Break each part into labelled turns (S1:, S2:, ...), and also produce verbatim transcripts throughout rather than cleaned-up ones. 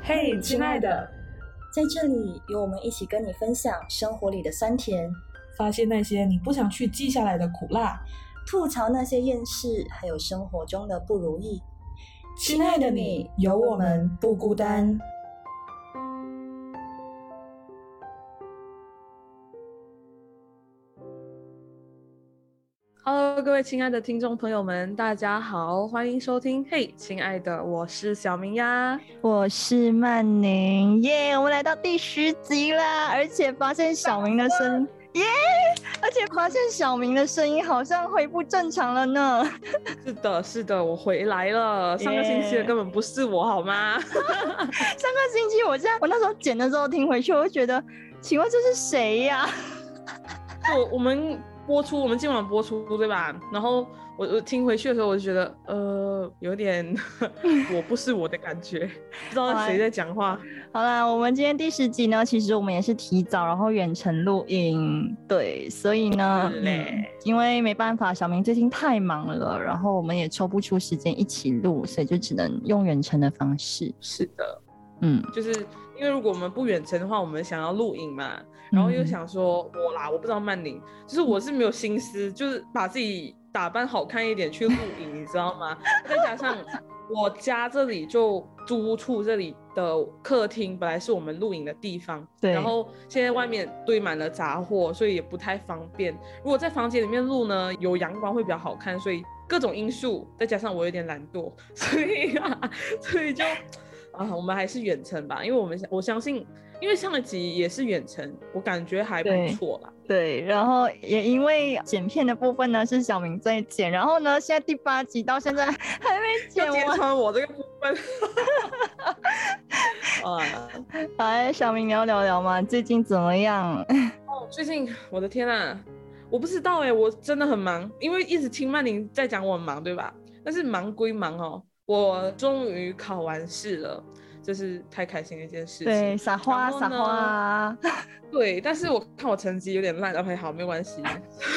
S1: 嘿，亲爱的，
S2: 在这里有我们一起跟你分享生活里的酸甜，
S1: 发现那些你不想去记下来的苦辣，
S2: 吐槽那些厌世，还有生活中的不如意。
S1: 亲爱的你，有我们不孤单。Hello， 各位亲爱的听众朋友们，大家好，欢迎收听。嘿，亲爱的，我是小明呀，
S2: 我是曼宁，耶、yeah, ！我们来到第十集啦，而且发现小明的声音，耶！ Yeah, 而且发现小明的声音好像恢复正常了呢。
S1: 是的，是的，我回来了。上个星期的根本不是我，好吗？
S2: 上个星期我这样，我那时候剪的时候听回去，我会觉得，请问这是谁呀、啊？
S1: 我我们。播出我们今晚播出对吧？然后我我听回去的时候，我就觉得呃有点我不是我的感觉，不知道谁在讲话。
S2: 好啦，我们今天第十集呢，其实我们也是提早然后远程录音，对，所以呢，嗯，因为没办法，小明最近太忙了，然后我们也抽不出时间一起录，所以就只能用远程的方式。
S1: 是的，
S2: 嗯，
S1: 就是因为如果我们不远程的话，我们想要录影嘛。然后又想说我啦，我不知道曼宁，就是我是没有心思，就是把自己打扮好看一点去录影，你知道吗？再加上我家这里就租屋处这里的客厅本来是我们录影的地方，对，然后现在外面堆满了杂货，所以也不太方便。如果在房间里面录呢，有阳光会比较好看，所以各种因素，再加上我有点懒惰，所以啊，所以就啊，我们还是远程吧，因为我们我相信。因为上一集也是远程，我感觉还不错啦。
S2: 对，对，然后也因为剪片的部分呢是小明在剪，然后呢现在第八集到现在还没剪完，
S1: 就揭穿我这个部分。
S2: 啊，来，小明你要聊聊吗？最近怎么样？
S1: 哦，最近我的天啊，我不知道哎、欸，我真的很忙，因为一直听曼宁在讲我很忙，对吧？但是忙归忙哦，我终于考完试了。这是太开心的一件事情，
S2: 对，撒花撒花，
S1: 对，但是我看我成绩有点烂 ，OK， 好，没关系，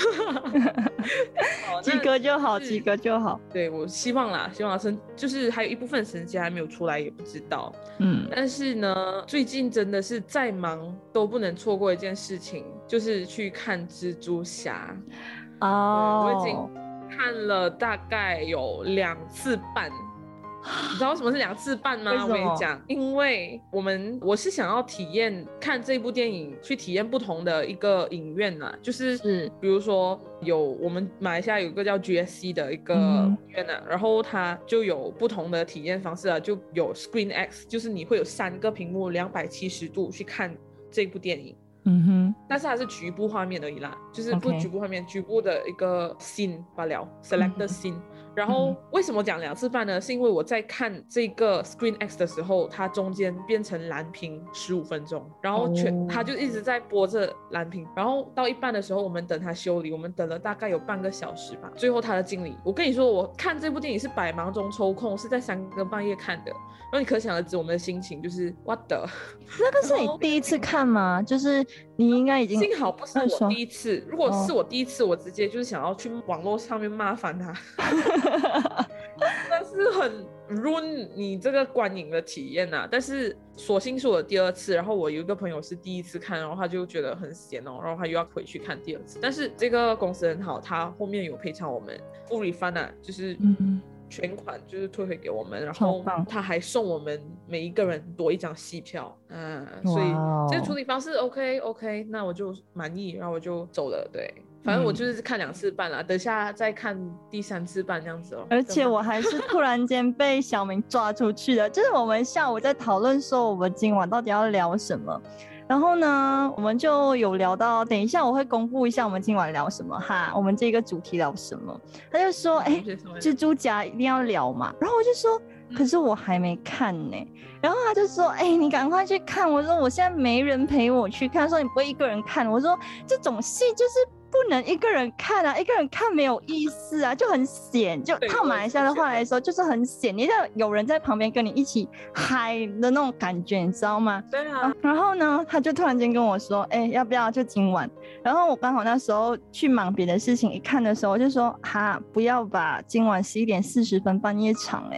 S2: 及格就好，及格就好。
S1: 对，我希望啦，希望成就是还有一部分成绩还没有出来，也不知道，
S2: 嗯，
S1: 但是呢，最近真的是再忙都不能错过一件事情，就是去看蜘蛛侠。
S2: 哦，
S1: 我已经看了大概有两次半。你知道为什么是两次半吗？我跟你讲，因为我们我是想要体验看这部电影，去体验不同的一个影院啊，就是是比如说有我们马来西亚有一个叫 G S C 的一个影院啊，嗯、然后它就有不同的体验方式啊，就有 Screen X， 就是你会有三个屏幕两百七十度去看这部电影。
S2: 嗯哼，
S1: 但是它是局部画面而已啦，就是不是局部画面， okay. 局部的一个 scene 罢了 ，select scene、嗯。然后为什么讲两次半呢？是因为我在看这个 Screen X 的时候，它中间变成蓝屏十五分钟，然后全、哦、它就一直在播着蓝屏，然后到一半的时候，我们等它修理，我们等了大概有半个小时吧。最后它的经理，我跟你说，我看这部电影是百忙中抽空，是在三更半夜看的。然后你可想而知我们的心情就是 what the。
S2: 那个是你第一次看吗？就是你应该已经
S1: 幸好不是我第一次，如果是我第一次，我直接就是想要去网络上面骂翻他。但是很 ruin 你这个观影的体验啊。但是所幸是我的第二次，然后我有一个朋友是第一次看，然后他就觉得很闲哦，然后他又要回去看第二次。但是这个公司很好，他后面有赔偿我们 full refund 啊，就是全款就是退回给我们，然后他还送我们每一个人多一张戏票，嗯，所以这个处理方式 OK OK， 那我就满意，然后我就走了。对，反正我就是看两次半啦、嗯、等下再看第三次半这样子哦。
S2: 而且我还是突然间被小明抓出去的，就是我们下午在讨论说我们今晚到底要聊什么，然后呢我们就有聊到，等一下我会公布一下我们今晚聊什么哈，我们这个主题聊什么。他就说哎、欸，蜘蛛侠一定要聊嘛，然后我就说可是我还没看呢、欸，然后他就说哎、欸，你赶快去看。我说我现在没人陪我去看。他说你不会一个人看。我说这种戏就是不能一个人看啊，一个人看没有意思啊，就很闲，就靠马来西亚的话来说就是很闲，你要有人在旁边跟你一起嗨的那种感觉，你知道吗？
S1: 对啊。
S2: 然后呢他就突然间跟我说哎、欸，要不要就今晚，然后我刚好那时候去忙别的事情，一看的时候我就说哈不要吧，今晚十一点四十分半夜场哎、欸，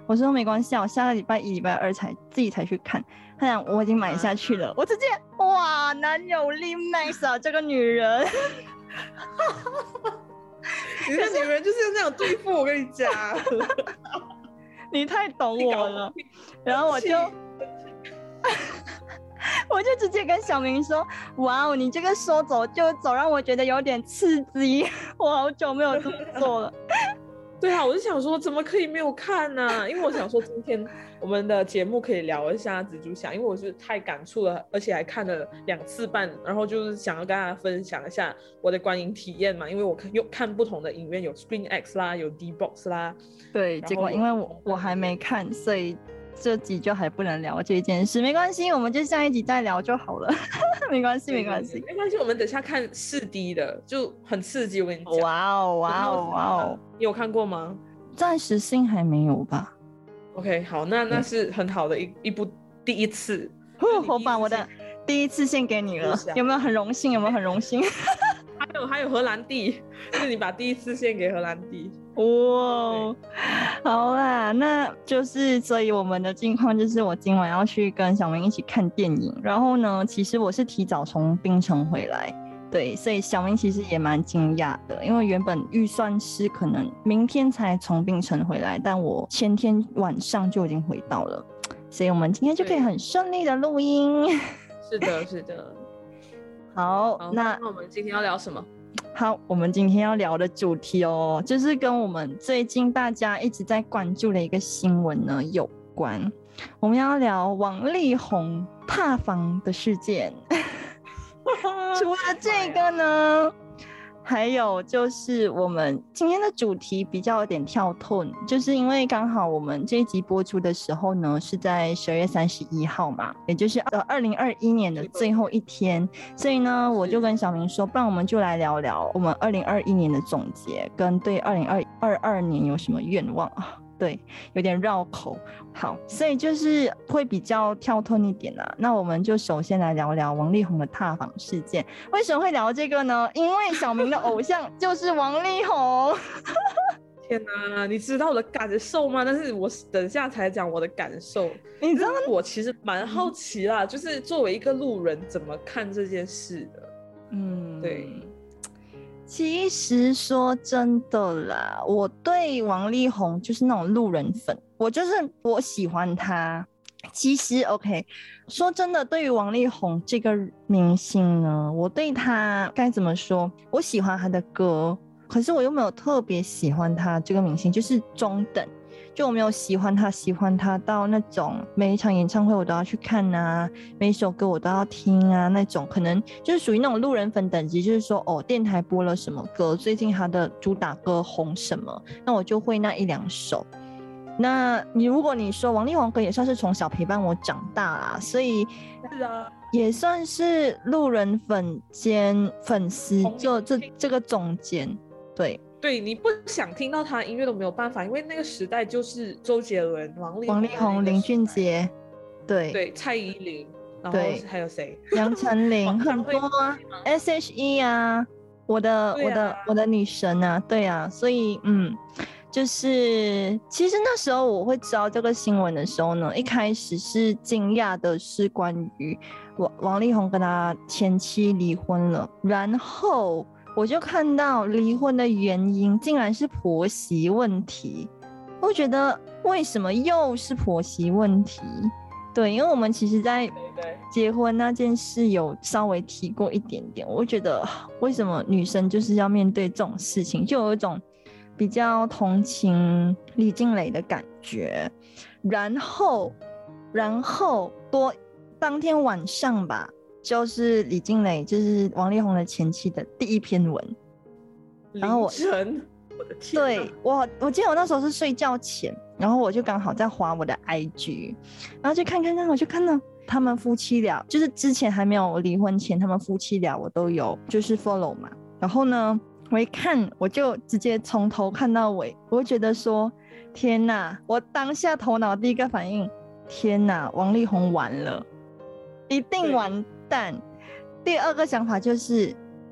S2: 我说没关系，我下个礼拜一、礼拜二才自己才去看。他讲我已经买下去了，我直接哇，男友力 max 啊，这个女人。
S1: 你这女人就是要那样对付我，跟你讲。
S2: 你太懂我了。然后我就我就直接跟小明说：“哇哦，你这个说走就走，让我觉得有点刺激。我好久没有这么做了。”
S1: 对啊，我就想说，怎么可以没有看呢、啊？因为我想说，今天我们的节目可以聊一下蜘蛛侠，因为我是太感触了，而且还看了两次半，然后就是想要跟大家分享一下我的观影体验嘛。因为我看又看不同的影院，有 Screen X 啦，有 D box 啦。
S2: 对，结果因为我我还没看，所以这集就还不能聊这件事。没关系，我们就下一集再聊就好了。没关系，没关系，
S1: 没关系。我们等下看四 D 的，就很刺激。我跟你讲，
S2: 哇哦，哇哦，哇哦！
S1: 你有看过吗？
S2: 暂时性还没有吧。
S1: OK， 好，那那是很好的一一部第一次。
S2: 我把我的第一次献给你了，有没有很荣幸？有没有很荣幸？
S1: 还有还有荷兰弟，就是你把第一次献给荷兰弟。
S2: 哇，好啦，那就是所以我们的近况就是我今晚要去跟小明一起看电影，然后呢，其实我是提早从槟城回来。对，所以小明其实也蛮惊讶的，因为原本预算是可能明天才从槟城回来，但我前天晚上就已经回到了，所以我们今天就可以很顺利的录音。
S1: 是的，是的。
S2: 好，
S1: 好，
S2: 那
S1: 那我们今天要聊什么？
S2: 好，我们今天要聊的主题哦，就是跟我们最近大家一直在关注的一个新闻呢有关。我们要聊王力宏踏房的事件。除了这个呢，还有就是我们今天的主题比较有点跳脱，就是因为刚好我们这一集播出的时候呢是在十二月三十一号嘛，也就是二零二一年的最后一天，所以呢我就跟小明说，不然我们就来聊聊我们二零二一年的总结跟对二零二二年有什么愿望啊。对，有点绕口。好，所以就是会比较跳脱一点啊。那我们就首先来聊聊王力宏的踏房事件。为什么会聊这个呢？因为小明的偶像就是王力宏。
S1: 天哪，你知道我的感受吗？但是我等下才讲我的感受。
S2: 你知道
S1: 我其实蛮好奇啦，就是作为一个路人怎么看这件事的。嗯，对。
S2: 其实说真的啦，我对王力宏就是那种路人粉，我就是我喜欢他。其实 OK， 说真的，对于王力宏这个明星呢，我对他该怎么说？我喜欢他的歌，可是我又没有特别喜欢他这个明星，就是中等。就我没有喜欢他，喜欢他到那种每一场演唱会我都要去看啊，每一首歌我都要听啊，那种可能就是属于那种路人粉等级，就是说哦，电台播了什么歌，最近他的主打歌红什么，那我就会那一两首。那你如果你说王力宏歌也算是从小陪伴我长大啦，所以
S1: 是啊，
S2: 也算是路人粉兼粉丝，就这这个中间，对。
S1: 对，你不想听到他音乐都没有办法，因为那个时代就是周杰伦、王力宏、
S2: 王力宏、林俊杰，对
S1: 对，蔡依林，然后还有谁？
S2: 杨丞琳，很多啊 ，S H E 啊，我的、啊、我的我的女神啊，对啊，所以嗯，就是其实那时候我会知道这个新闻的时候呢，一开始是惊讶的是关于王王力宏跟他前妻离婚了，然后。我就看到离婚的原因竟然是婆媳问题，我觉得为什么又是婆媳问题？对，因为我们其实在结婚那件事有稍微提过一点点，我觉得为什么女生就是要面对这种事情，就有一种比较同情李静蕾的感觉。然后，然后多当天晚上吧。就是李静蕾，就是王力宏的前妻的第一篇文，然后我，
S1: 我的天，
S2: 对我，我记得我那时候是睡觉前，然后我就刚好在滑我的 I G， 然后就看看看，我就看到他们夫妻俩，就是之前还没有离婚前，他们夫妻俩我都有就是 follow 嘛，然后呢，我一看我就直接从头看到尾，我会觉得说，天哪！我当下头脑第一个反应，天哪，王力宏完了，一定完蛋。第二个想法就是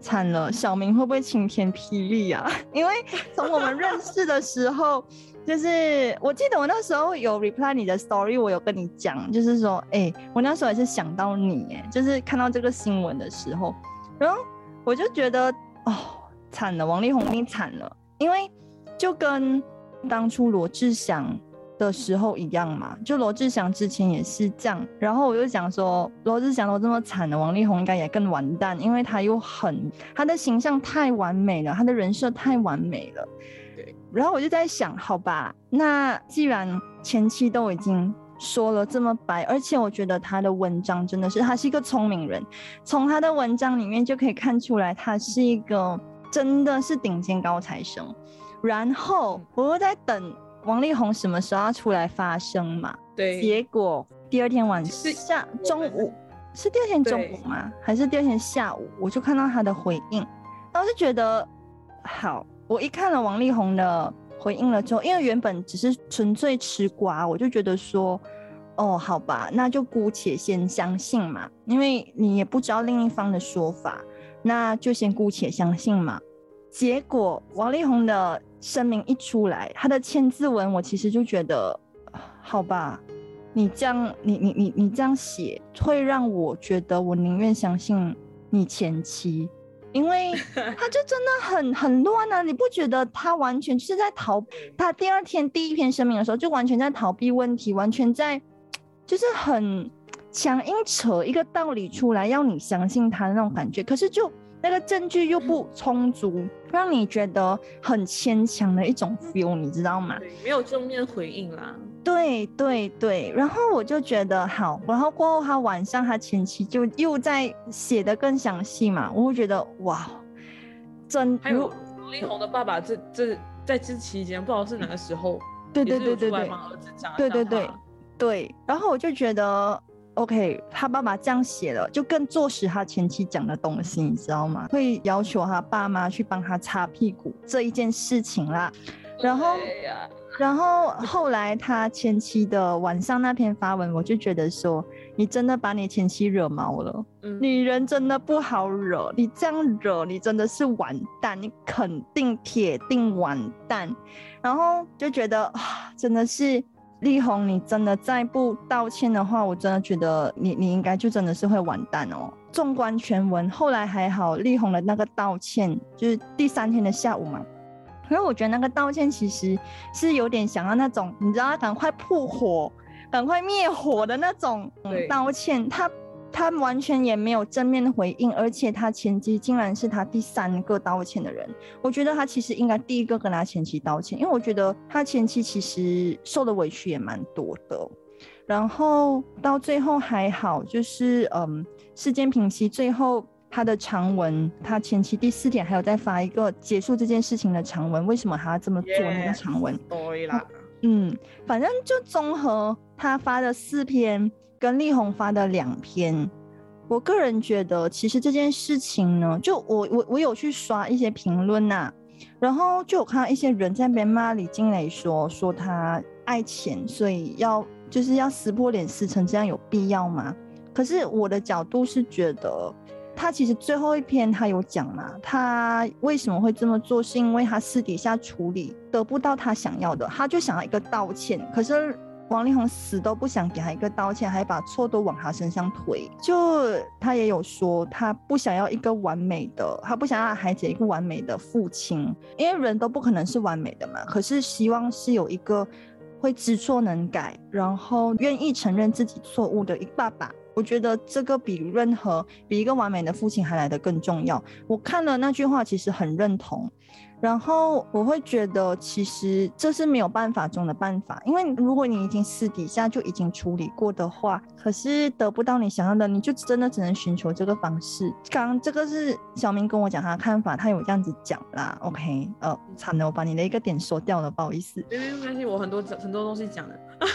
S2: 惨了，小明会不会晴天霹雳啊？因为从我们认识的时候，就是我记得我那时候有 reply 你的 story， 我有跟你讲，就是说，哎、欸，我那时候也是想到你，哎，就是看到这个新闻的时候，然后我就觉得，哦，惨了，王力宏你惨了，因为就跟当初罗志祥的时候一样嘛，就罗志祥之前也是这样，然后我就讲说罗志祥都这么惨了，王力宏应该也更完蛋，因为他又很他的形象太完美了，他的人设太完美了。对，然后我就在想，好吧，那既然前期都已经说了这么白，而且我觉得他的文章真的是他是一个聪明人，从他的文章里面就可以看出来他是一个真的是顶尖高材生。然后我又在等王力宏什么时候要出来发声嘛？对，结果第二天晚上中午是第二天中午吗？还是第二天下午？我就看到他的回应，然后就觉得好。我一看了王力宏的回应了之后，因为原本只是纯粹吃瓜，我就觉得说，哦，好吧，那就姑且先相信嘛，因为你也不知道另一方的说法，那就先姑且相信嘛。结果王力宏的声明一出来，他的签字文我其实就觉得好吧，你这样你你你你这样写会让我觉得我宁愿相信你前妻，因为他就真的很很乱啊，你不觉得他完全就是在逃，他第二天第一篇声明的时候就完全在逃避问题，完全在就是很强硬扯一个道理出来要你相信他的那种感觉，可是就那个证据又不充足，让你觉得很牵强的一种 feel， 你知道吗？
S1: 对，没有正面回应啦。
S2: 对对对，然后我就觉得好，然后过后他晚上他前期就又在写得更详细嘛，我会觉得哇，真
S1: 还有王力宏的爸爸这这在这期间不知道是哪个时候，
S2: 对对对对对，
S1: 帮儿子讲，
S2: 对对对对，然后我就觉得。OK， 他爸爸这样写了，就更坐实他前妻讲的东西，你知道吗？会要求他爸妈去帮他擦屁股这一件事情啦。然后，然后后来他前妻的晚上那篇发文，我就觉得说，你真的把你前妻惹毛了，嗯、你人真的不好惹，你这样惹，你真的是完蛋，你肯定铁定完蛋。然后就觉得啊，真的是。力宏，你真的再不道歉的话，我真的觉得你你应该就真的是会完蛋哦。纵观全文，后来还好，力宏的那个道歉就是第三天的下午嘛，因为我觉得那个道歉其实是有点想要那种，你知道，赶快扑火、赶快灭火的那种、嗯、道歉，他。他完全也没有正面回应，而且他前妻竟然是他第三个道歉的人。我觉得他其实应该第一个跟他前妻道歉，因为我觉得他前妻其实受的委屈也蛮多的。然后到最后还好，就是嗯，事件平息，最后他的长文，他前妻第四天还有再发一个结束这件事情的长文，为什么他要这么做那个长文？
S1: yeah, 对啦，
S2: 嗯，反正就综合他发的四篇。跟力宏发的两篇，我个人觉得其实这件事情呢，就我我我有去刷一些评论呐，然后就有看到一些人在那边骂李静蕾说说他爱钱，所以要就是要撕破脸撕成这样，有必要吗？可是我的角度是觉得，他其实最后一篇他有讲嘛，他为什么会这么做，是因为他私底下处理得不到他想要的，他就想要一个道歉，可是。王力宏死都不想给他一个道歉，还把错都往他身上推。就他也有说，他不想要一个完美的，他不想要孩子一个完美的父亲，因为人都不可能是完美的嘛。可是希望是有一个会知错能改，然后愿意承认自己错误的一个爸爸。我觉得这个比任何比一个完美的父亲还来得更重要。我看了那句话，其实很认同。然后我会觉得其实这是没有办法中的办法，因为如果你已经私底下就已经处理过的话，可是得不到你想要的，你就真的只能寻求这个方式。刚刚这个是小明跟我讲他的看法，他有这样子讲啦 OK 呃，惨了，我把你的一个点说掉了，不好意思。
S1: 没没关系，我很多很多东西讲了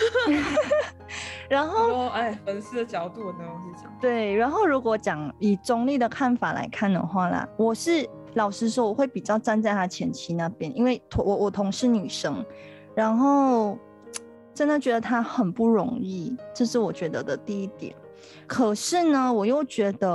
S2: 然后
S1: 哎，粉丝的角度很多东西讲。
S2: 对，然后如果讲以中立的看法来看的话啦，我是老实说，我会比较站在他前妻那边，因为我我同是女生，然后真的觉得他很不容易，这是我觉得的第一点。可是呢，我又觉得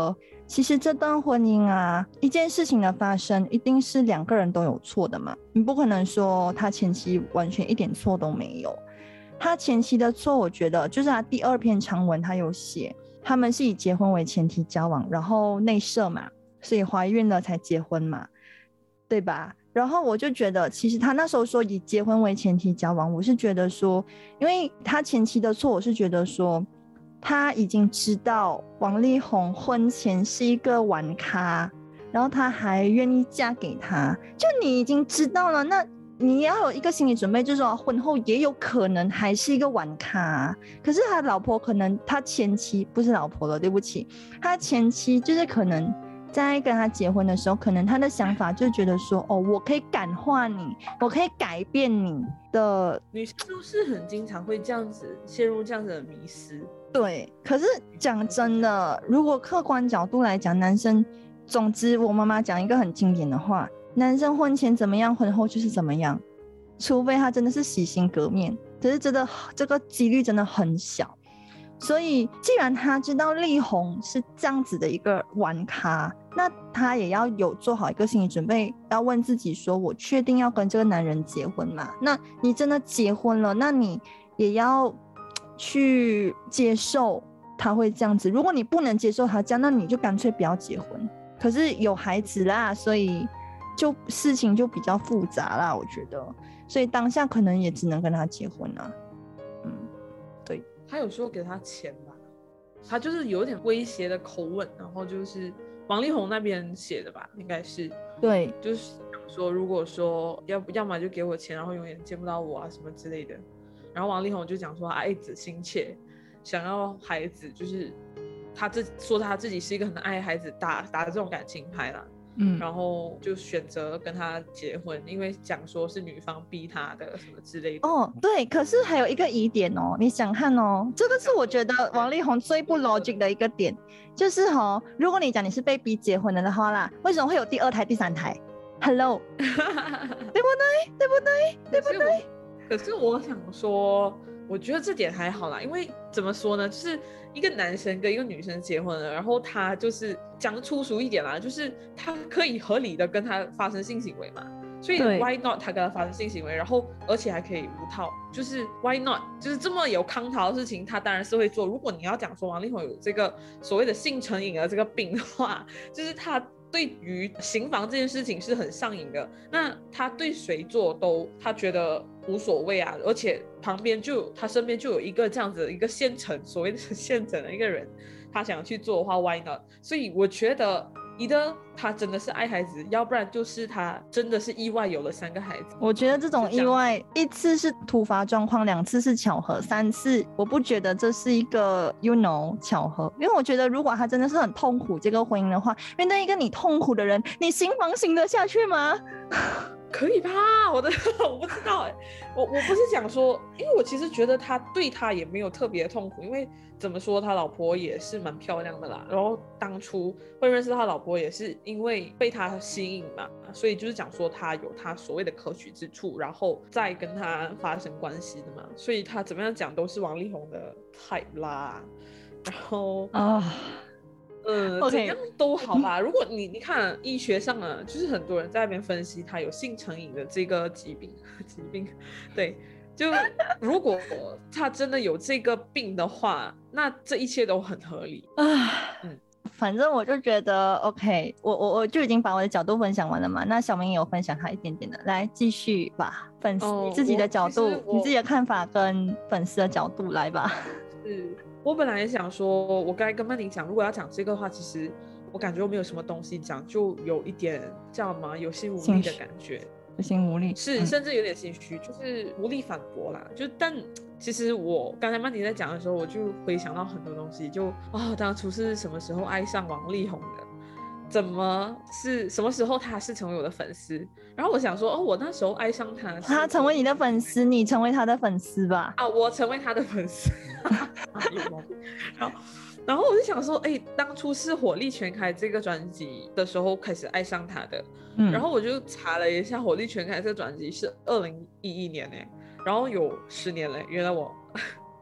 S2: 其实这段婚姻啊，一件事情的发生一定是两个人都有错的嘛，你不可能说他前妻完全一点错都没有。他前妻的错，我觉得就是他第二篇长文他有写，他们是以结婚为前提交往，然后内射嘛，所以怀孕了才结婚嘛，对吧？然后我就觉得其实他那时候说以结婚为前提交往，我是觉得说因为他前妻的错，我是觉得说他已经知道王力宏婚前是一个玩咖，然后他还愿意嫁给他，就你已经知道了，那你要有一个心理准备，就是说婚后也有可能还是一个玩咖。可是他老婆可能他前妻不是老婆了，对不起，他前妻就是可能在跟他结婚的时候，可能他的想法就觉得说，哦，我可以感化你，我可以改变你的。
S1: 女生都是很经常会这样子陷入这样子的迷思。
S2: 对，可是讲真的，如果客观角度来讲，男生，总之我妈妈讲一个很经典的话，男生婚前怎么样，婚后就是怎么样，除非他真的是洗心革面，可是真的这个几率真的很小。所以既然他知道力宏是这样子的一个玩咖，那他也要有做好一个心理准备，要问自己说，我确定要跟这个男人结婚吗？那你真的结婚了，那你也要去接受他会这样子。如果你不能接受他这样，那你就干脆不要结婚。可是有孩子啦，所以就事情就比较复杂啦，我觉得。所以当下可能也只能跟他结婚啦。嗯，对。
S1: 他有说给他钱吧，他就是有点威胁的口吻，然后就是王力宏那边写的吧，应该是。
S2: 对，
S1: 就是说如果说要要么就给我钱，然后永远见不到我啊什么之类的。然后王力宏就讲说爱子心切，想要孩子，就是他自说他自己是一个很爱孩子打打的这种感情牌啦。嗯，然后就选择跟他结婚，因为讲说是女方逼他的什么之类的。
S2: 哦，对，可是还有一个疑点哦，你想看哦，这个是我觉得王力宏最不 logic 的一个点，就是哦，如果你讲你是被逼结婚的话啦，为什么会有第二胎、第三胎 ？Hello， 对不对？对不对？对不对？
S1: 可是我想说，我觉得这点还好啦，因为怎么说呢，就是一个男生跟一个女生结婚了，然后他就是讲粗俗一点啦，就是他可以合理的跟他发生性行为嘛，所以 why not 他跟他发生性行为，然后而且还可以无套，就是 why not， 就是这么有康桃的事情，他当然是会做。如果你要讲说王力宏有这个所谓的性成瘾的这个病的话，就是他对于行房这件事情是很上瘾的，那他对谁做都他觉得无所谓啊，而且旁边就他身边就有一个这样子的一个现成所谓的现成的一个人，他想去做的话 why not。 所以我觉得either他真的是爱孩子，要不然就是他真的是意外有了三个孩子。
S2: 我觉得这种意外一次是突发状况，两次是巧合，三次我不觉得这是一个 you know 巧合。因为我觉得如果他真的是很痛苦这个婚姻的话，面对一个你痛苦的人，你行房行得下去吗？
S1: 可以吧，我的我不知道哎、欸，我我不是讲说，因为我其实觉得他对他也没有特别痛苦，因为怎么说他老婆也是蛮漂亮的啦，然后当初会认识他老婆也是因为被他吸引嘛，所以就是讲说他有他所谓的可取之处，然后再跟他发生关系的嘛，所以他怎么样讲都是王力宏的 type 啦，然后啊。嗯，
S2: okay.
S1: 怎样都好吧。如果你你看医学上啊，就是很多人在那边分析他有性成瘾的这个疾病，疾病，对，就如果他真的有这个病的话，那这一切都很合理啊。嗯，
S2: 反正我就觉得 OK， 我我我就已经把我的角度分享完了嘛。那小明也有分享他一点点的，来继续吧，粉丝、哦、你自己的角度，你自己的看法跟粉丝的角度来吧。
S1: 是。我本来也想说，我刚才跟曼妮讲，如果要讲这个的话，其实我感觉我没有什么东西讲，就有一点叫什么有心无力的感觉，
S2: 有心无力
S1: 是、嗯，甚至有点心虚，就是无力反驳啦。就但其实我刚才曼妮在讲的时候，我就回想到很多东西，就哦，当初是什么时候爱上王力宏的？怎么是什么时候他是成为我的粉丝？然后我想说，哦，我那时候爱上他，
S2: 他成为你的粉丝，你成为他的粉丝吧？
S1: 啊，我成为他的粉丝。有毛病。然后，然后我就想说，哎，当初是火力全开这个专辑的时候开始爱上他的，嗯、然后我就查了一下，火力全开这个专辑是二零一一年哎，然后有十年了，原来我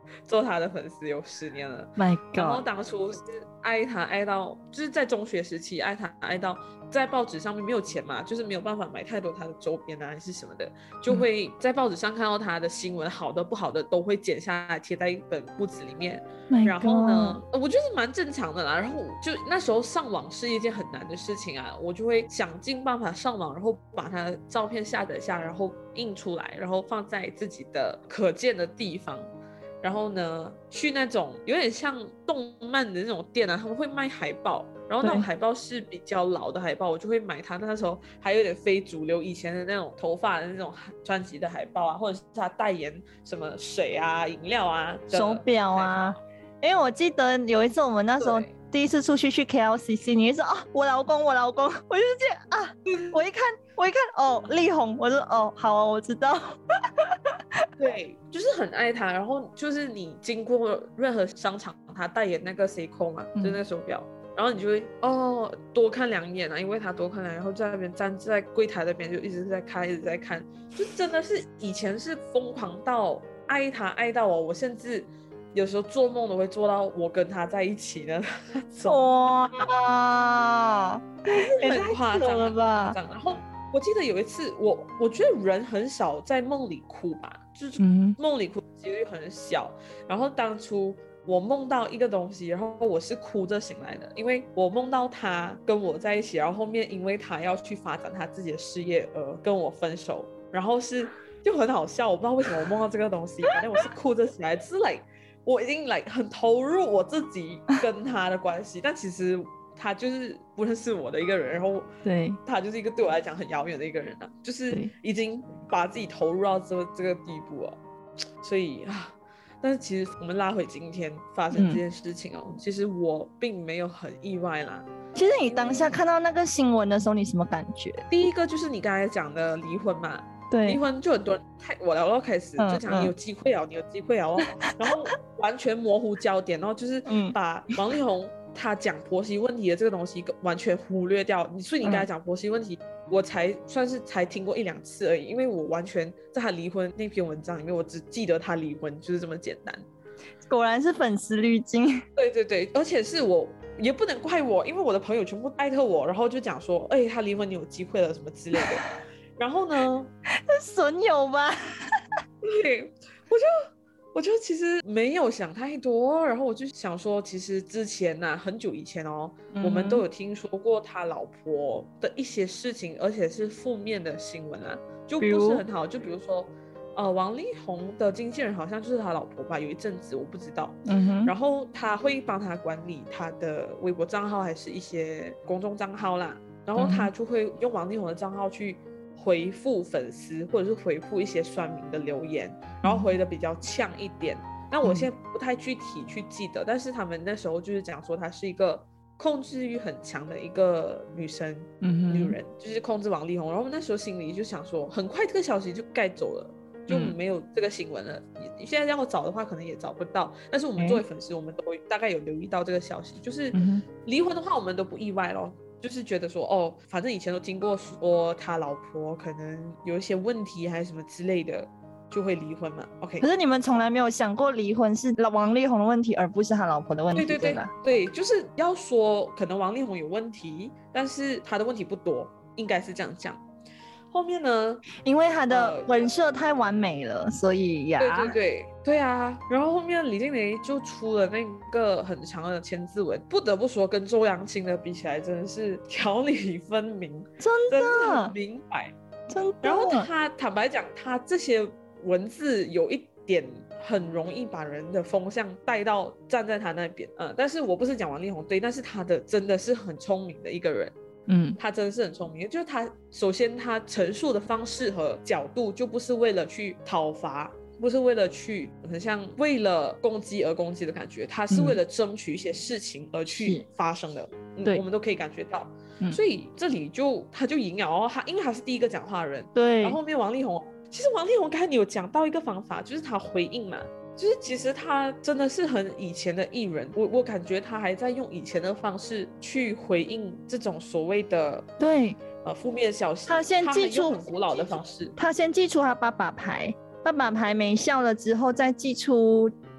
S1: 做他的粉丝有十年了。
S2: My
S1: 然后
S2: God，
S1: 当初是爱他爱到，就是在中学时期爱他爱到，在报纸上面没有钱嘛，就是没有办法买太多他的周边啊还是什么的，就会在报纸上看到他的新闻，好的不好的都会剪下来贴在一本簿子里面。
S2: My
S1: 然后呢
S2: God，
S1: 我觉得蛮正常的啦。然后就那时候上网是一件很难的事情啊，我就会想尽办法上网，然后把他的照片下载下，然后印出来，然后放在自己的可见的地方。然后呢，去那种有点像动漫的那种店啊，他们会卖海报，然后那种海报是比较老的海报，我就会买它。那时候还有点非主流，以前的那种头发的那种专辑的海报啊，或者是他代言什么水啊、饮料啊、
S2: 手表啊。因为我记得有一次我们那时候第一次出去去 K L C C， 你就说啊，我老公，我老公，我就这样啊，我一看，我一看，哦，力宏，我说哦，好啊，我知道。
S1: 对，就是很爱他。然后就是你经过任何商场，他代言那个 Seiko 嘛，嗯、就是那个手表，然后你就会哦多看两眼啊，因为他多看两眼，然后在那边站在柜台那边就一直在看，一直在看，就真的是以前是疯狂到爱他爱到我，我甚至有时候做梦都会做到我跟他在一起的那种。
S2: 哇，
S1: 很夸张
S2: 了吧？
S1: 然后我记得有一次我，我觉得人很少在梦里哭吧，就是梦里哭的几率很小。然后当初我梦到一个东西，然后我是哭着醒来的，因为我梦到他跟我在一起，然后后面因为他要去发展他自己的事业而跟我分手，然后是就很好笑，我不知道为什么我梦到这个东西，反正我是哭着醒来，是 like 我已经 like 很投入我自己跟他的关系，但其实他就是不认识我的一个人，然后
S2: 对
S1: 他就是一个对我来讲很遥远的一个人啊，就是已经把自己投入到这这个地步了，所以啊，但是其实我们拉回今天发生这件事情哦，嗯、其实我并没有很意外啦。
S2: 其实你当下看到那个新闻的时候，你什么感觉？
S1: 第一个就是你刚才讲的离婚嘛。
S2: 对，
S1: 离婚就很多人太我聊到开始就讲你有机会哦，嗯、你有机会哦，然后完全模糊焦点，然后就是把王力宏他讲婆媳问题的这个东西完全忽略掉。所以你刚才讲婆媳问题，嗯、我才算是才听过一两次而已，因为我完全在他离婚那篇文章里面，我只记得他离婚就是这么简单。
S2: 果然是粉丝滤镜。
S1: 对对对，而且是我也不能怪我，因为我的朋友全部艾特我，然后就讲说，哎、欸，他离婚你有机会了什么之类的。然后呢？
S2: 损友吧。
S1: 对，我就我就其实没有想太多，然后我就想说，其实之前呐、啊，很久以前哦，嗯、我们都有听说过他老婆的一些事情，而且是负面的新闻啊，就不是很好。就比如说，呃，王力宏的经纪人好像就是他老婆吧，有一阵子我不知道。嗯哼。然后他会帮他管理他的微博账号，还是一些公众账号啦，然后他就会用王力宏的账号去回复粉丝或者是回复一些酸民的留言，然后回的比较呛一点。那我现在不太具体去记得，但是他们那时候就是讲说她是一个控制欲很强的一个女生，嗯、女人就是控制王力宏。然后那时候心里就想说，很快这个消息就盖走了，就没有这个新闻了。嗯、现在要找的话，可能也找不到。但是我们作为粉丝，我们都大概有留意到这个消息，就是离婚的话，我们都不意外咯。就是觉得说哦，反正以前都经过说他老婆可能有一些问题还是什么之类的，就会离婚嘛。OK，
S2: 可是你们从来没有想过离婚是王力宏的问题，而不是他老婆的问题，
S1: 对对对，
S2: 对吧？
S1: 对，就是要说可能王力宏有问题，但是他的问题不多，应该是这样讲。后面呢，
S2: 因为他的人设太完美了，呃、所以呀，
S1: 对对对对啊。然后后面李静蕾就出了那个很长的签字文，不得不说跟周扬青的比起来，真的是条理分明，
S2: 真的，
S1: 真的很明白，
S2: 真的。
S1: 然后他坦白讲，他这些文字有一点很容易把人的风向带到站在他那边，嗯，但是我不是讲王力宏对，但是他的真的是很聪明的一个人。嗯，他真的是很聪明，就是他首先他陈述的方式和角度就不是为了去讨伐，不是为了去很像为了攻击而攻击的感觉，他是为了争取一些事情而去发生的。嗯嗯、我们都可以感觉到。嗯、所以这里就他就赢了哦，他因为他是第一个讲话的人。
S2: 对。
S1: 然后后面王力宏，其实王力宏刚才你有讲到一个方法，就是他回应嘛。就是其实他真的是很以前的艺人，我我感觉他还在用以前的方式去回应这种所谓的
S2: 对
S1: 呃负面消息。
S2: 他先寄出
S1: 很古老的方式，
S2: 他先寄出他爸爸牌，爸爸牌没效了之后，再寄出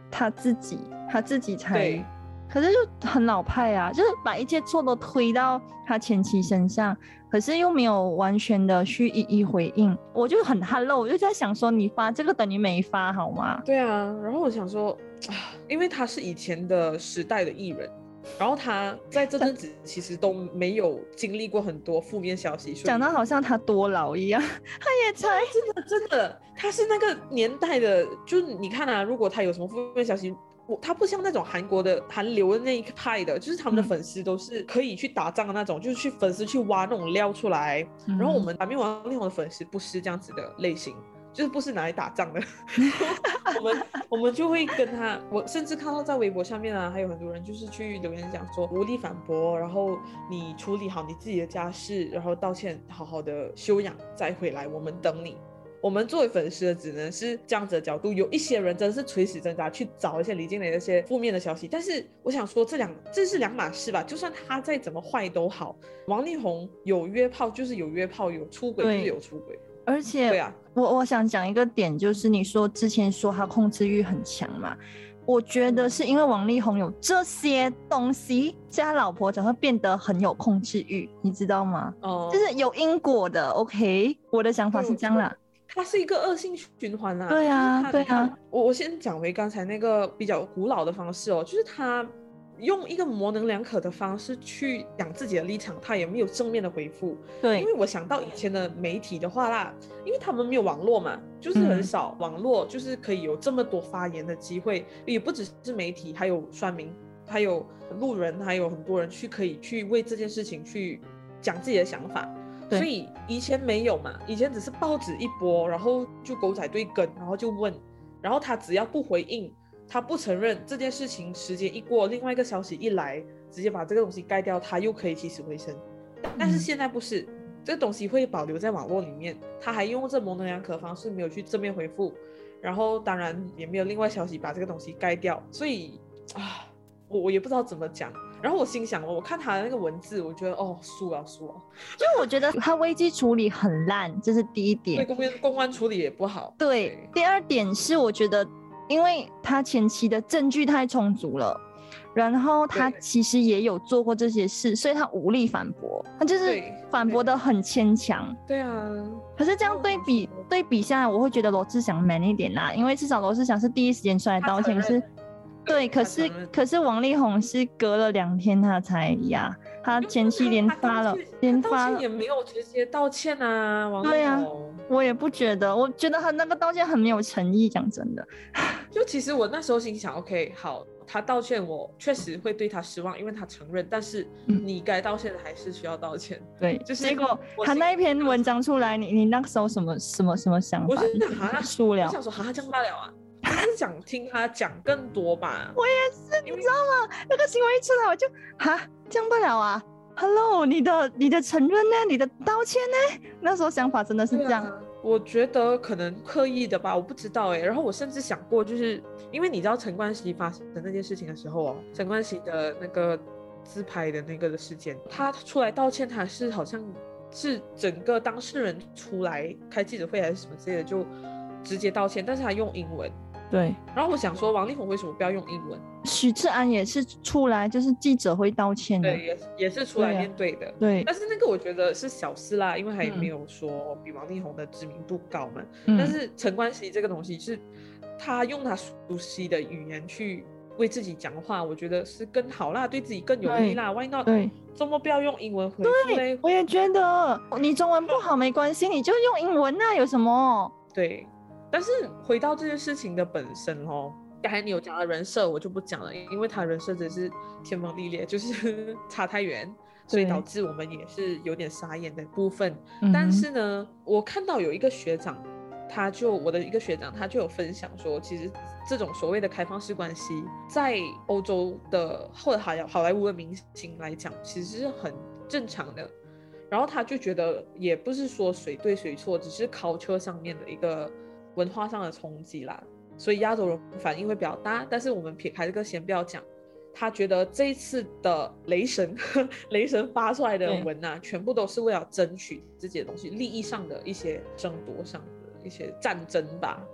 S2: 他自己他自己才，可是就很老派啊，就是把一切错都推到他前妻身上，可是又没有完全的去一一回应。我就很 hello， 我就在想说你发这个等于没发好吗？
S1: 对啊，然后我想说啊，因为他是以前的时代的艺人，然后他在这阵子其实都没有经历过很多负面消息，
S2: 讲到好像他多老一样，他也才
S1: 真的真的，他是那个年代的，就是你看啊，如果他有什么负面消息，我他不像那种韩国的韩流的那一派的，就是他们的粉丝都是可以去打仗的那种，嗯、就是去粉丝去挖那种料出来。嗯、然后我们反面王力宏的粉丝不是这样子的类型，就是不是拿来打仗的。我们我们就会跟他，我甚至看到在微博上面啊，还有很多人就是去留言讲说无力反驳，然后你处理好你自己的家事，然后道歉，好好的休养再回来，我们等你。我们作为粉丝的只能是这样子的角度，有一些人真的是垂死挣扎去找一些李静蕾那些负面的消息，但是我想说这两这是两码事吧，就算他再怎么坏都好，王力宏有约炮就是有约炮，有出轨就是有出轨。
S2: 而且对啊，我我想讲一个点，就是你说之前说他控制欲很强嘛，我觉得是因为王力宏有这些东西，所以他老婆才会变得很有控制欲，你知道吗？哦，就是有因果的。OK， 我的想法是这样啦。
S1: 它是一个恶性循环啊。
S2: 对啊，对啊。
S1: 我我先讲回刚才那个比较古老的方式哦，就是他用一个模棱两可的方式去讲自己的立场，他也没有正面的回复。
S2: 对，
S1: 因为我想到以前的媒体的话啦，因为他们没有网络嘛，就是很少网络，就是可以有这么多发言的机会，嗯、也不只是媒体，还有酸民，还有路人，还有很多人去可以去为这件事情去讲自己的想法。所以以前没有嘛，以前只是报纸一播，然后就狗仔队跟，然后就问，然后他只要不回应，他不承认这件事情，时间一过，另外一个消息一来，直接把这个东西盖掉，他又可以起死回生。但是现在不是，嗯、这个东西会保留在网络里面，他还用这模棱两可的方式没有去正面回复，然后当然也没有另外消息把这个东西盖掉，所以啊，我我也不知道怎么讲。然后我心想，我看他的那个文字，我觉得哦，输了输了。
S2: 就我觉得他危机处理很烂，这是第一点。
S1: 对，公关公关处理也不好。
S2: 对，对，第二点是我觉得，因为他前期的证据太充足了，然后他其实也有做过这些事，所以他无力反驳，他就是反驳得很牵强。
S1: 对啊。
S2: 可是这样对比对比下来，我会觉得罗志祥 man 一点啦，因为至少罗志祥是第一时间出来道歉，可是。对，可是可是王力宏是隔了两天他才呀，他前期连发了，连发了
S1: 也没有直接道歉啊，王力宏。
S2: 对啊，我也不觉得，我觉得他那个道歉很没有诚意，讲真的。
S1: 就其实我那时候心想 ，OK， 好，他道歉，我确实会对他失望，因为他承认，但是你该道歉的还是需要道歉。嗯、
S2: 对，就是结果他那一篇文章出来，你你那个时候什么什么什么想法？
S1: 我是想哈
S2: 输了，
S1: 我想说哈这样罢了啊。我是想听他讲更多吧。
S2: 我也是，你知道吗？那个新闻一出来，我就哈这样不了啊 ！Hello， 你的你的承认呢？你的道歉呢？那时候想法真的是这样。
S1: 啊、我觉得可能刻意的吧，我不知道哎、欸。然后我甚至想过，就是因为你知道陈冠希发生那件事情的时候哦，陈冠希的那个自拍的那个的事件，他出来道歉，他是好像是整个当事人出来开记者会还是什么之类的，就直接道歉，但是他用英文。
S2: 对，
S1: 然后我想说，王力宏为什么不要用英文？
S2: 许志安也是出来就是记者会道歉的，
S1: 对，也也是出来面对的。
S2: 对，
S1: 但是那个我觉得是小事啦，因为还没有说比王力宏的知名度高嘛。嗯、但是陈冠希这个东西是他用他熟悉的语言去为自己讲话，我觉得是更好啦，对自己更有利啦。Why not？ 对，周末不要用英文回复嘞？
S2: 我也觉得，你中文不好没关系，你就用英文啊，有什么？
S1: 对。但是回到这件事情的本身哦，刚才你有讲的人设我就不讲了，因为他人设真是天崩地裂，就是差太远，所以导致我们也是有点傻眼的部分。但是呢，我看到有一个学长，他就我的一个学长，他就有分享说，其实这种所谓的开放式关系，在欧洲的或者好莱坞的明星来讲，其实是很正常的。然后他就觉得也不是说谁对谁错，只是 culture 上面的一个文化上的冲击啦，所以亚洲人反应会比较大。但是我们撇开这个先不要讲，他觉得这一次的雷神雷神发出来的文啊，全部都是为了争取自己的东西，利益上的一些争夺上的一些战争吧。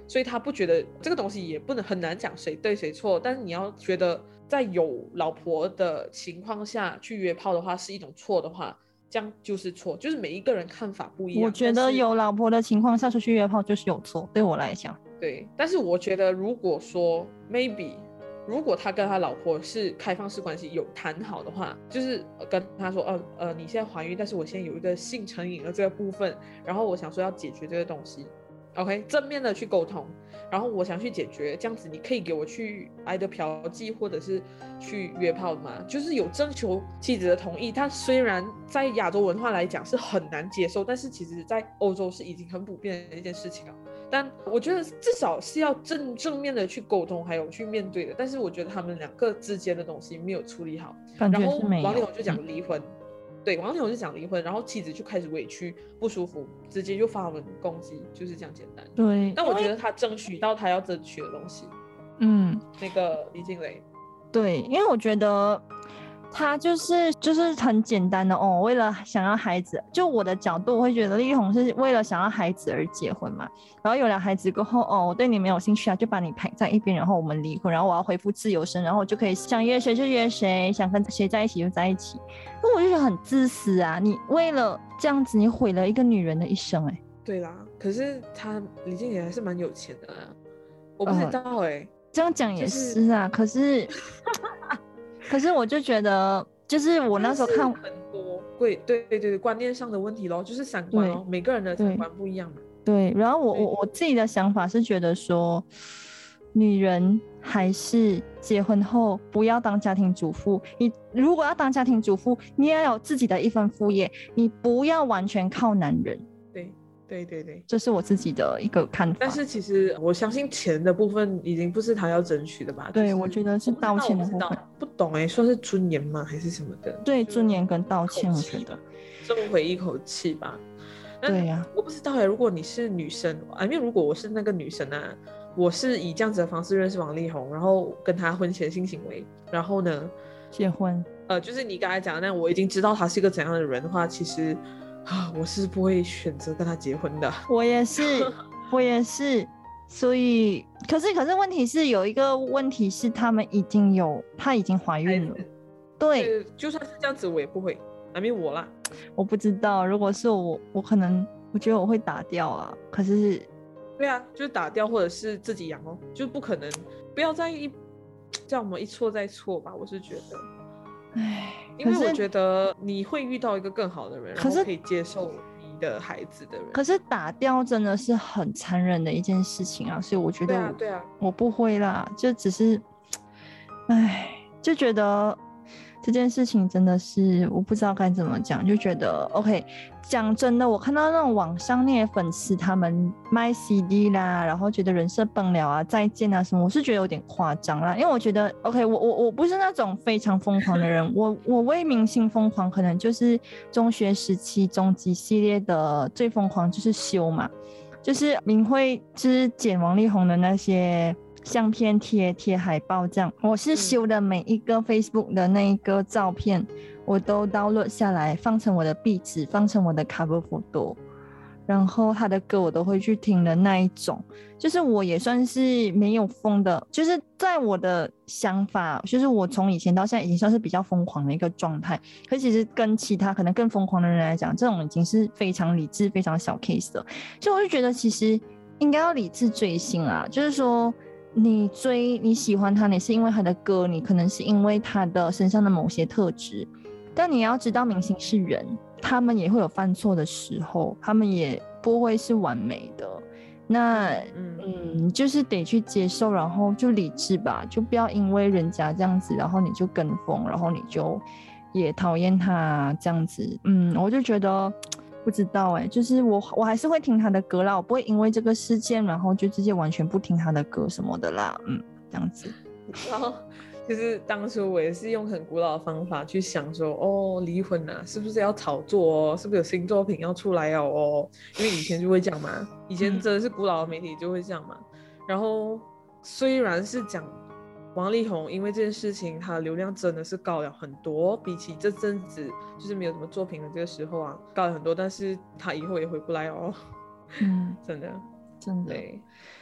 S1: 所以他不觉得这个东西也不能很难讲谁对谁错，但是你要觉得在有老婆的情况下去约炮的话是一种错的话，这样就是错，就是每一个人看法不一样。
S2: 我觉得有老婆的情况下出去约炮就是有错，对我来讲。
S1: 对，但是我觉得如果说 maybe 如果他跟他老婆是开放式关系有谈好的话，就是跟他说呃呃你现在怀孕，但是我现在有一个性成瘾的这个部分，然后我想说要解决这个东西， OK 正面的去沟通，然后我想去解决，这样子你可以给我去挨的嫖妓或者是去约炮吗？就是有征求妻子的同意。但虽然在亚洲文化来讲是很难接受，但是其实在欧洲是已经很普遍的一件事情了。但我觉得至少是要正正面的去沟通还有去面对的，但是我觉得他们两个之间的东西没有处理好，
S2: 感觉是没有。
S1: 然后王力宏就讲离婚、嗯、对，王力宏就讲离婚，然后妻子就开始委屈不舒服，直接就发文攻击，就是这样简单。
S2: 对，
S1: 但我觉得他争取到他要争取的东西。
S2: 嗯，
S1: 那个李静蕾，
S2: 对，因为我觉得他就是就是很简单的哦，为了想要孩子，就我的角度我会觉得力宏是为了想要孩子而结婚嘛，然后有了孩子过后，哦，我对你没有兴趣啊，就把你排在一边，然后我们离婚，然后我要恢复自由身，然后我就可以想约谁就约谁，想跟谁在一起就在一起。那我就觉得很自私啊，你为了这样子，你毁了一个女人的一生。哎，
S1: 对啦，可是他李静蕾还是蛮有钱的啊，我不知道哎、欸呃，
S2: 这样讲也是啊，就是、可是。可是我就觉得，就是我那时候看
S1: 很多，对对对对，观念上的问题咯，就是三观咯，每个人的三观不一样嘛。
S2: 对，然后我我我自己的想法是觉得说，女人还是结婚后不要当家庭主妇。你如果要当家庭主妇，你也要有自己的一份副业，你不要完全靠男人。
S1: 对。对对对，
S2: 这是我自己的一个看法。
S1: 但是其实我相信钱的部分已经不是他要争取的吧？
S2: 对，
S1: 就是、
S2: 我觉得是道歉的部分。
S1: 不懂哎、欸，算是尊严吗？还是什么的？
S2: 对，尊严跟道歉，我觉得
S1: 收回一口气吧。
S2: 对呀、啊，
S1: 我不知道哎、欸，如果你是女生，I mean，如果我是那个女生啊，我是以这样子的方式认识王力宏，然后跟他婚前性行为，然后呢
S2: 结婚。
S1: 呃，就是你刚才讲的那，我已经知道他是一个怎样的人的话，其实。啊，我是不会选择跟他结婚的。
S2: 我也是，我也是。所以，可是，可是问题是有一个问题是，他们已经有，她已经怀孕了。对,
S1: 对，就算是这样子，我也不会。I mean, 我啦，
S2: 我不知道。如果是我，我可能我觉得我会打掉啊。可是，
S1: 对啊，就是打掉，或者是自己养哦，就不可能，不要再一叫我们一错再错吧。我是觉得。
S2: 唉，
S1: 因为我觉得你会遇到一个更好的人，然后可以接受你的孩子的人。
S2: 可是打掉真的是很残忍的一件事情啊，所以我觉得我，
S1: 对啊，对啊，
S2: 我不会啦，就只是，唉，就觉得这件事情真的是我不知道该怎么讲，就觉得 OK。讲真的，我看到那种网上那些粉丝他们卖 C D 啦，然后觉得人设崩了啊，再见啊什么，我是觉得有点夸张啦。因为我觉得 OK， 我我我不是那种非常疯狂的人，我我为明星疯狂，可能就是中学时期终极系列的最疯狂就是修嘛，就是明慧就是剪王力宏的那些相片贴贴海报这样，我是修的每一个 Facebook 的那一个照片。嗯，我都 download 下来放成我的壁纸，放成我的 cover photo， 然后他的歌我都会去听的那一种。就是我也算是没有疯的，就是在我的想法，就是我从以前到现在已经算是比较疯狂的一个状态。可是其实跟其他可能更疯狂的人来讲，这种已经是非常理智非常小 case 的。所以我就觉得其实应该要理智追星啊，就是说你追你喜欢他，你是因为他的歌，你可能是因为他的身上的某些特质，但你要知道明星是人，他们也会有犯错的时候，他们也不会是完美的。那嗯，就是得去接受，然后就理智吧，就不要因为人家这样子，然后你就跟风，然后你就也讨厌他这样子。嗯，我就觉得不知道哎、欸，就是我我还是会听他的歌啦，我不会因为这个事件然后就直接完全不听他的歌什么的啦。嗯，这样子。
S1: 然后就是当初我也是用很古老的方法去想说，哦，离婚啊，是不是要炒作哦？是不是有新作品要出来哦？因为以前就会这样嘛，以前真的是古老的媒体就会这样嘛。然后虽然是讲王力宏，因为这件事情他的流量真的是高了很多，比起这阵子就是没有什么作品的这个时候啊，高了很多，但是他以后也回不来哦。嗯，真的，
S2: 真的。
S1: 对。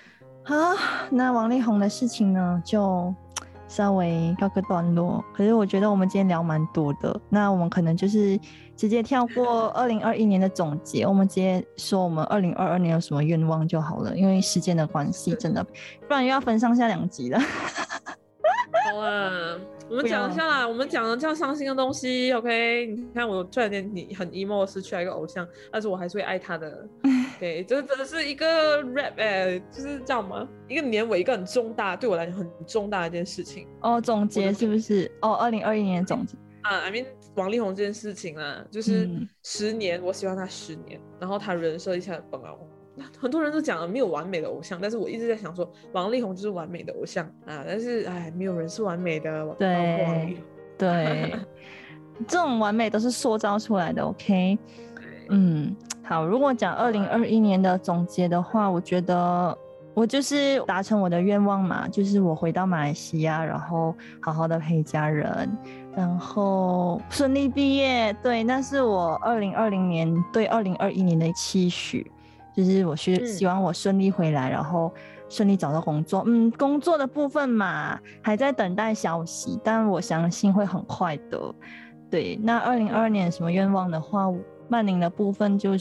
S2: 好，那王力宏的事情呢，就稍微告个段落。可是我觉得我们今天聊蛮多的，那我们可能就是直接跳过二零二一年的总结，我们直接说我们二零二二年有什么愿望就好了，因为时间的关系，真的，不然又要分上下两集了。
S1: 好啊，我们讲一下啦，我们讲了这样伤心的东西 ，OK？ 你看我突然间你很 emo 失去了一个偶像，但是我还是会爱他的。对，这真的是一个 rap 哎、欸，就是这样吗？一个年尾，一个很重大，对我来讲很重大的一件事情。
S2: 哦，总结是不是？哦，二零二一年的总结
S1: 啊 ，I mean 王力宏这件事情啦，就是十年，嗯、我喜欢他十年，然后他人设一下很崩啊。很多人都讲了没有完美的偶像，但是我一直在想说王力宏就是完美的偶像啊，但是哎，没有人是完美的，
S2: 对对，这种完美都是塑造出来的 ，OK？ 嗯，好，如果讲二零二一年的总结的话，我觉得我就是达成我的愿望嘛，就是我回到马来西亚，然后好好的陪家人，然后顺利毕业，对，那是我二零二零年对二零二一年的期许。就是我希希望我顺利回来，嗯、然后顺利找到工作。嗯，工作的部分嘛，还在等待消息，但我相信会很快的。对，那二零二二年什么愿望的话，曼宁的部分就是，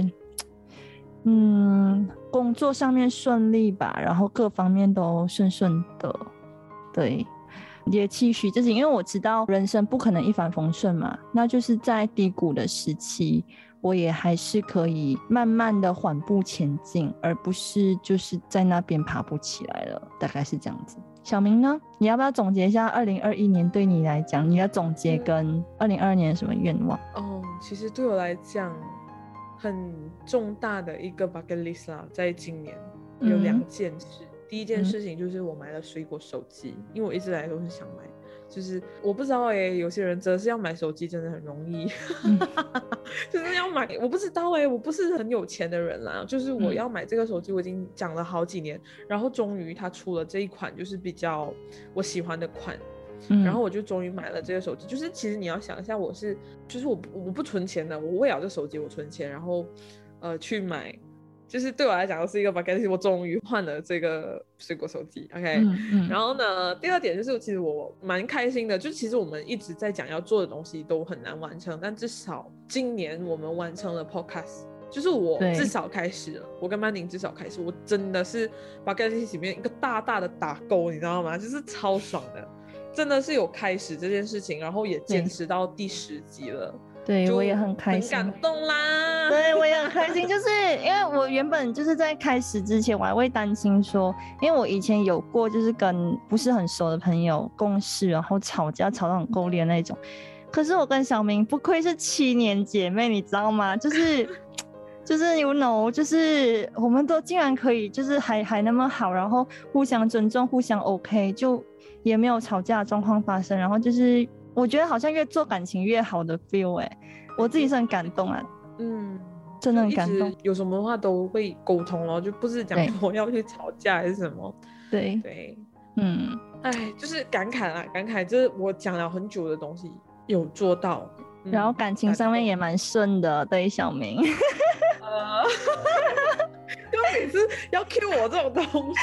S2: 嗯，工作上面顺利吧，然后各方面都顺顺的。对，也期许自己，因为我知道人生不可能一帆风顺嘛，那就是在低谷的时期。我也还是可以慢慢的缓步前进，而不是就是在那边爬不起来了，大概是这样子。小明呢，你要不要总结一下二零二一年对你来讲，你的总结跟二零二二年有什么愿望？
S1: 哦，其实对我来讲很重大的一个 bucket list 啦，在今年有两件事、嗯、第一件事情就是我买了水果手机、嗯、因为我一直来都是想买，就是我不知道哎、欸，有些人真的是要买手机真的很容易，嗯、就是要买，我不知道哎、欸，我不是很有钱的人啦，就是我要买这个手机，我已经讲了好几年，然后终于他出了这一款，就是比较我喜欢的款，嗯、然后我就终于买了这个手机。就是其实你要想一下，我是就是我我不存钱的，我为了这手机我存钱，然后呃去买。就是对我来讲是一个 bucket list， 我终于换了这个水果手机 OK、嗯嗯、然后呢第二点就是其实我蛮开心的，就其实我们一直在讲要做的东西都很难完成，但至少今年我们完成了 podcast， 就是我至少开始了，我跟曼宁至少开始，我真的是 bucket list 里面一个大大的打勾，你知道吗？就是超爽的，真的是有开始这件事情，然后也坚持到第十集了，
S2: 对，我也很开心，
S1: 很感动啦。
S2: 对，我也很开心，就是因为我原本就是在开始之前，我还会担心说，因为我以前有过就是跟不是很熟的朋友共事，然后吵架吵到很够力的那种。可是我跟小明不愧是七年姐妹，你知道吗？就是就是 you know， 就是我们都竟然可以就是还还那么好，然后互相尊重，互相 OK， 就也没有吵架的状况发生，然后就是我觉得好像越做感情越好的 feel 哎、欸，我自己是很感动啊。嗯，真的很感动。
S1: 有什么话都会沟通咯，就不是讲说要去吵架还是什么。
S2: 对
S1: 对，
S2: 嗯，
S1: 哎，就是感慨啦，感慨，就是我讲了很久的东西有做到，
S2: 嗯、然后感情上面也蛮顺的，对小明。
S1: 呃，就每次要 cue 我这种东西。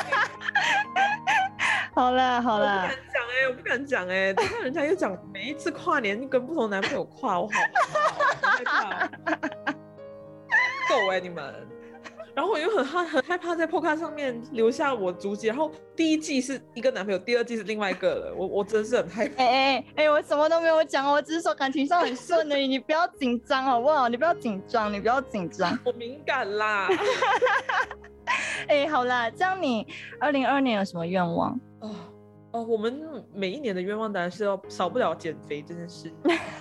S2: 好啦好啦，
S1: 我不敢讲哎、欸，我不敢讲哎、欸，等下人家又讲每一次跨年跟不同男朋友跨，我好好害怕、喔，够哎、欸、你们。然后我又很害很害怕在 podcast 上面留下我足迹，然后第一季是一个男朋友，第二季是另外一个了，我我真的是很害怕。
S2: 哎哎哎，我什么都没有讲，我只是说感情上很顺而已，你不要紧张好不好？你不要紧张，你不要紧张。
S1: 我敏感啦。
S2: 哎、欸，好啦，这样你二零二二年有什么愿望？
S1: 哦哦，我们每一年的愿望当然是要少不了减肥这件事。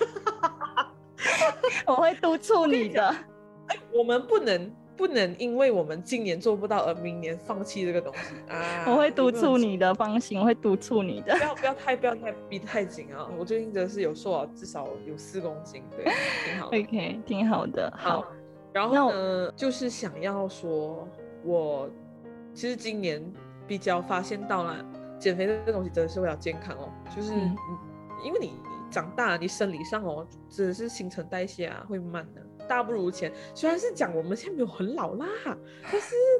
S2: 我会督促你的。
S1: 哎，我们不能不能因为我们今年做不到而明年放弃这个东西啊！
S2: 我会督促你的，放心，我会督促你的。
S1: 不要不要太不要太逼太紧啊！我最近真的是有瘦了，至少有四公斤，对，挺好的。
S2: OK， 挺好的。好，
S1: 好，然后呢，就是想要说，我其实今年比较发现到了，减肥这个东西真的是为了健康哦，就是、嗯、因为你长大，你生理上哦，真的是新陈代谢啊会慢的。大不如前，虽然是讲我们现在没有很老啦，但是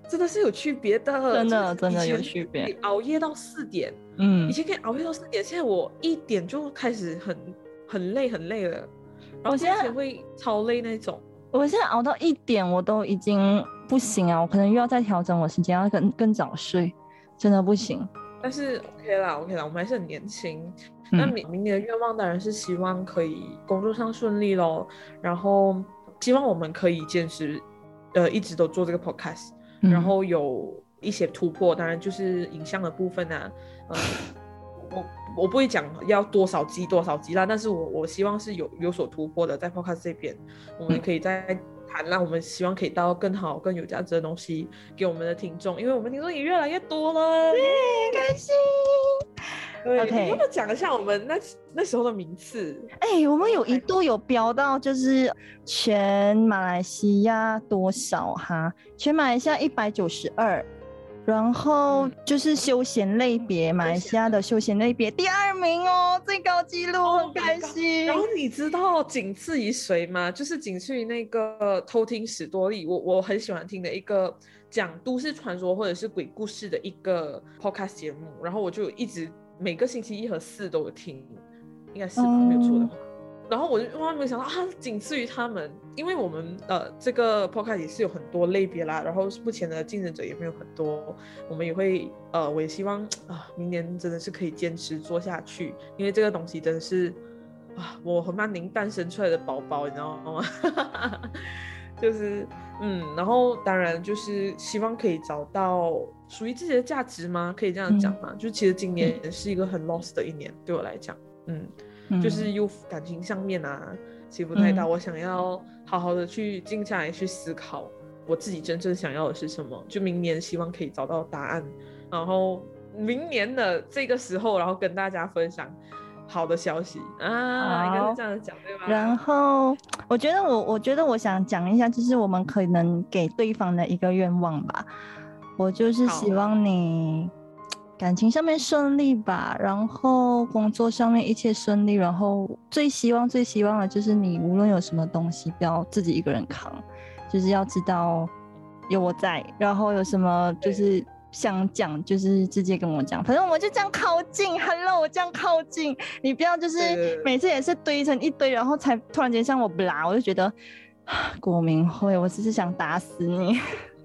S1: 真的是有区别的，
S2: 真的真的有区别。
S1: 可以熬夜到四点，
S2: 嗯，
S1: 以前可以熬夜到四点，现在我一点就开始很很累很累了，然后之前会超累那种。
S2: 我现在熬到一点我都已经不行啊，我可能又要再调整我时间，要更更早睡，真的不行。
S1: 但是 OK 啦 OK 啦，我们还是很年轻。那、嗯、明明年的愿望当然是希望可以工作上顺利咯，然后希望我们可以坚持呃一直都做这个 podcast、嗯、然后有一些突破，当然就是影像的部分啊，呃我我不会讲要多少集多少集啦，但是我我希望是有有所突破的，在 podcast 这边我们可以再谈啦、嗯、我们希望可以到更好更有价值的东西给我们的听众，因为我们听众也越来越多了，
S2: 对，开心。
S1: 对， okay. 你要不要讲一下我们那那时候的名次？
S2: 哎、欸，我们有一度有飙到就是全马来西亚多少哈？全马来西亚一百九十二，然后就是休闲类别、嗯，马来西亚的休闲类别第二名哦，最高纪录， oh、很开心。
S1: 然后你知道仅次于谁吗？就是仅次于那个偷听史多利，我我很喜欢听的一个讲都市传说或者是鬼故事的一个 podcast 节目，然后我就一直。每个星期一和四都有听，应该是吧、嗯、没有错的话。然后我就万万没想到啊，仅次于他们，因为我们呃这个 podcast 也是有很多类别啦，然后目前的竞争者也没有很多，我们也会呃，我也希望啊，明年真的是可以坚持做下去，因为这个东西真的是啊，我和曼宁诞生出来的宝宝，你知道吗？就是嗯，然后当然就是希望可以找到属于自己的价值吗？可以这样讲吗？嗯、就其实今年是一个很 lost 的一年，对我来讲，嗯，嗯就是又感情上面啊起伏太大、嗯，我想要好好的去静下来去思考我自己真正想要的是什么，就明年希望可以找到答案，然后明年的这个时候，然后跟大家分享。好的消息啊，应该是这样讲对吧？
S2: 然后我觉得我我觉得我想讲一下，就是我们可能给对方的一个愿望吧。我就是希望你感情上面顺利吧，然后工作上面一切顺利，然后最希望最希望的就是你无论有什么东西不要自己一个人扛，就是要知道有我在，然后有什么就是想讲就是直接跟我讲，反正我就这样靠近 ，Hello， 我这样靠近，你不要就是每次也是堆成一堆，然后才突然间像我不拉，我就觉得国民会，我只是想打死你。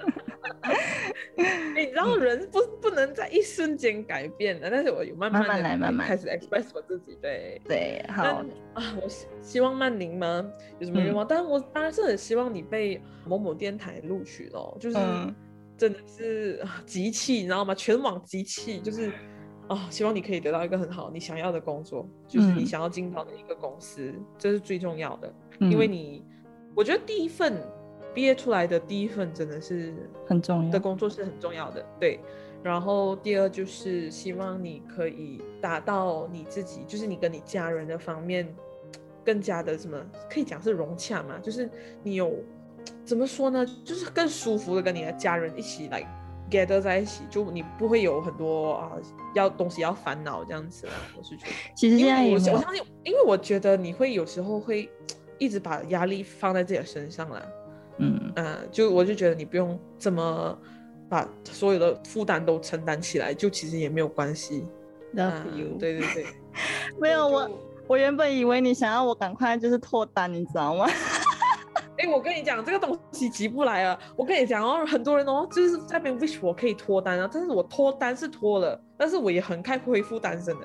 S1: 你知道人不不能在一瞬间改变的，但是我有慢慢的
S2: 来，慢慢
S1: 开始 express 我自己，对
S2: 对，好
S1: 啊，我希望曼宁吗？有什么愿望？嗯、但我当然是很希望你被某某电台录取咯，就是。嗯真的是集气，你知道吗？全网集气，就是啊，希望你可以得到一个很好你想要的工作，就是你想要进到的一个公司，嗯、这是最重要的。嗯、因为你，我觉得第一份毕业出来的第一份真的是
S2: 很重要的
S1: 工作是很重要的，对。然后第二就是希望你可以达到你自己，就是你跟你家人的方面更加的什么，可以讲是融洽嘛，就是你有。怎么说呢？就是更舒服的跟你的家人一起来 gather 在一起，就你不会有很多啊要东西要烦恼这样子啦。我是觉得，
S2: 其实现在
S1: 我我相信，因为我觉得你会有时候会一直把压力放在自己的身上啦。嗯呃，就我就觉得你不用这么把所有的负担都承担起来，就其实也没有关系。
S2: Love you、
S1: 呃。对对对，
S2: 没有我，我原本以为你想要我赶快就是脱单，你知道吗？
S1: 哎、欸，我跟你讲，这个东西急不来啊！我跟你讲哦，很多人哦，就是在那边 wish 我可以脱单啊，但是我脱单是脱了，但是我也很快恢复单身的，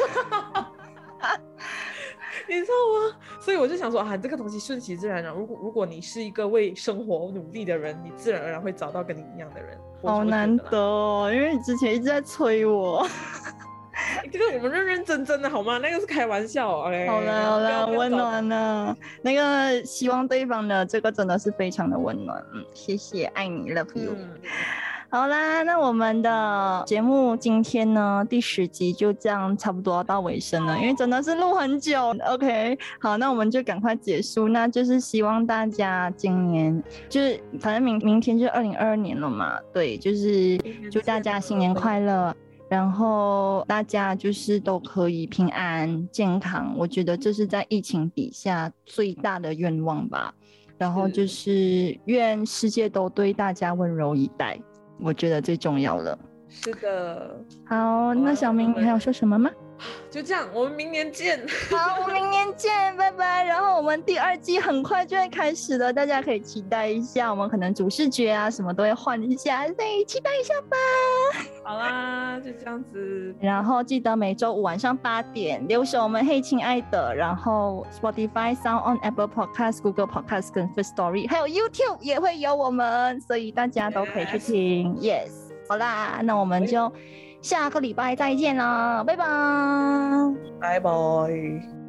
S1: 你知道吗？所以我就想说啊，这个东西顺其自然啊。如果如果你是一个为生活努力的人，你自然而然会找到跟你一样的人。
S2: 好难得哦，因为你之前一直在催我。
S1: 这个我们认认真真的好吗？那个是开玩笑。Okay?
S2: 好了好了，温暖了。那个希望对方的这个真的是非常的温暖。嗯，谢谢，爱你 ，love you。嗯、好啦，那我们的节目今天呢第十集就这样差不多要到尾声了，因为真的是录很久。OK， 好，那我们就赶快结束。那就是希望大家今年就是反正明明天就二零二二年了嘛，对，就是祝大家新年快乐。然后大家就是都可以平安健康，我觉得这是在疫情底下最大的愿望吧。然后就是愿世界都对大家温柔以待。 我觉得最重要了。
S1: 是的。
S2: 好，那小明还有说什么吗？
S1: 就这样，我们明年见。
S2: 好，我们明年见，拜拜。然后我们第二季很快就会开始了，大家可以期待一下，我们可能主视觉啊什么都会换一下，所以期待一下吧。
S1: 好啦，就这样子。
S2: 然后记得每周五晚上八点留守我们嘿亲爱的，然后 Spotify、SoundOn、Apple Podcast、Google Podcast 跟 Firstory， 还有 YouTube 也会有我们，所以大家都可以去听。Yes， 好啦，那我们就下个礼拜再见啦，拜拜，
S1: 拜拜。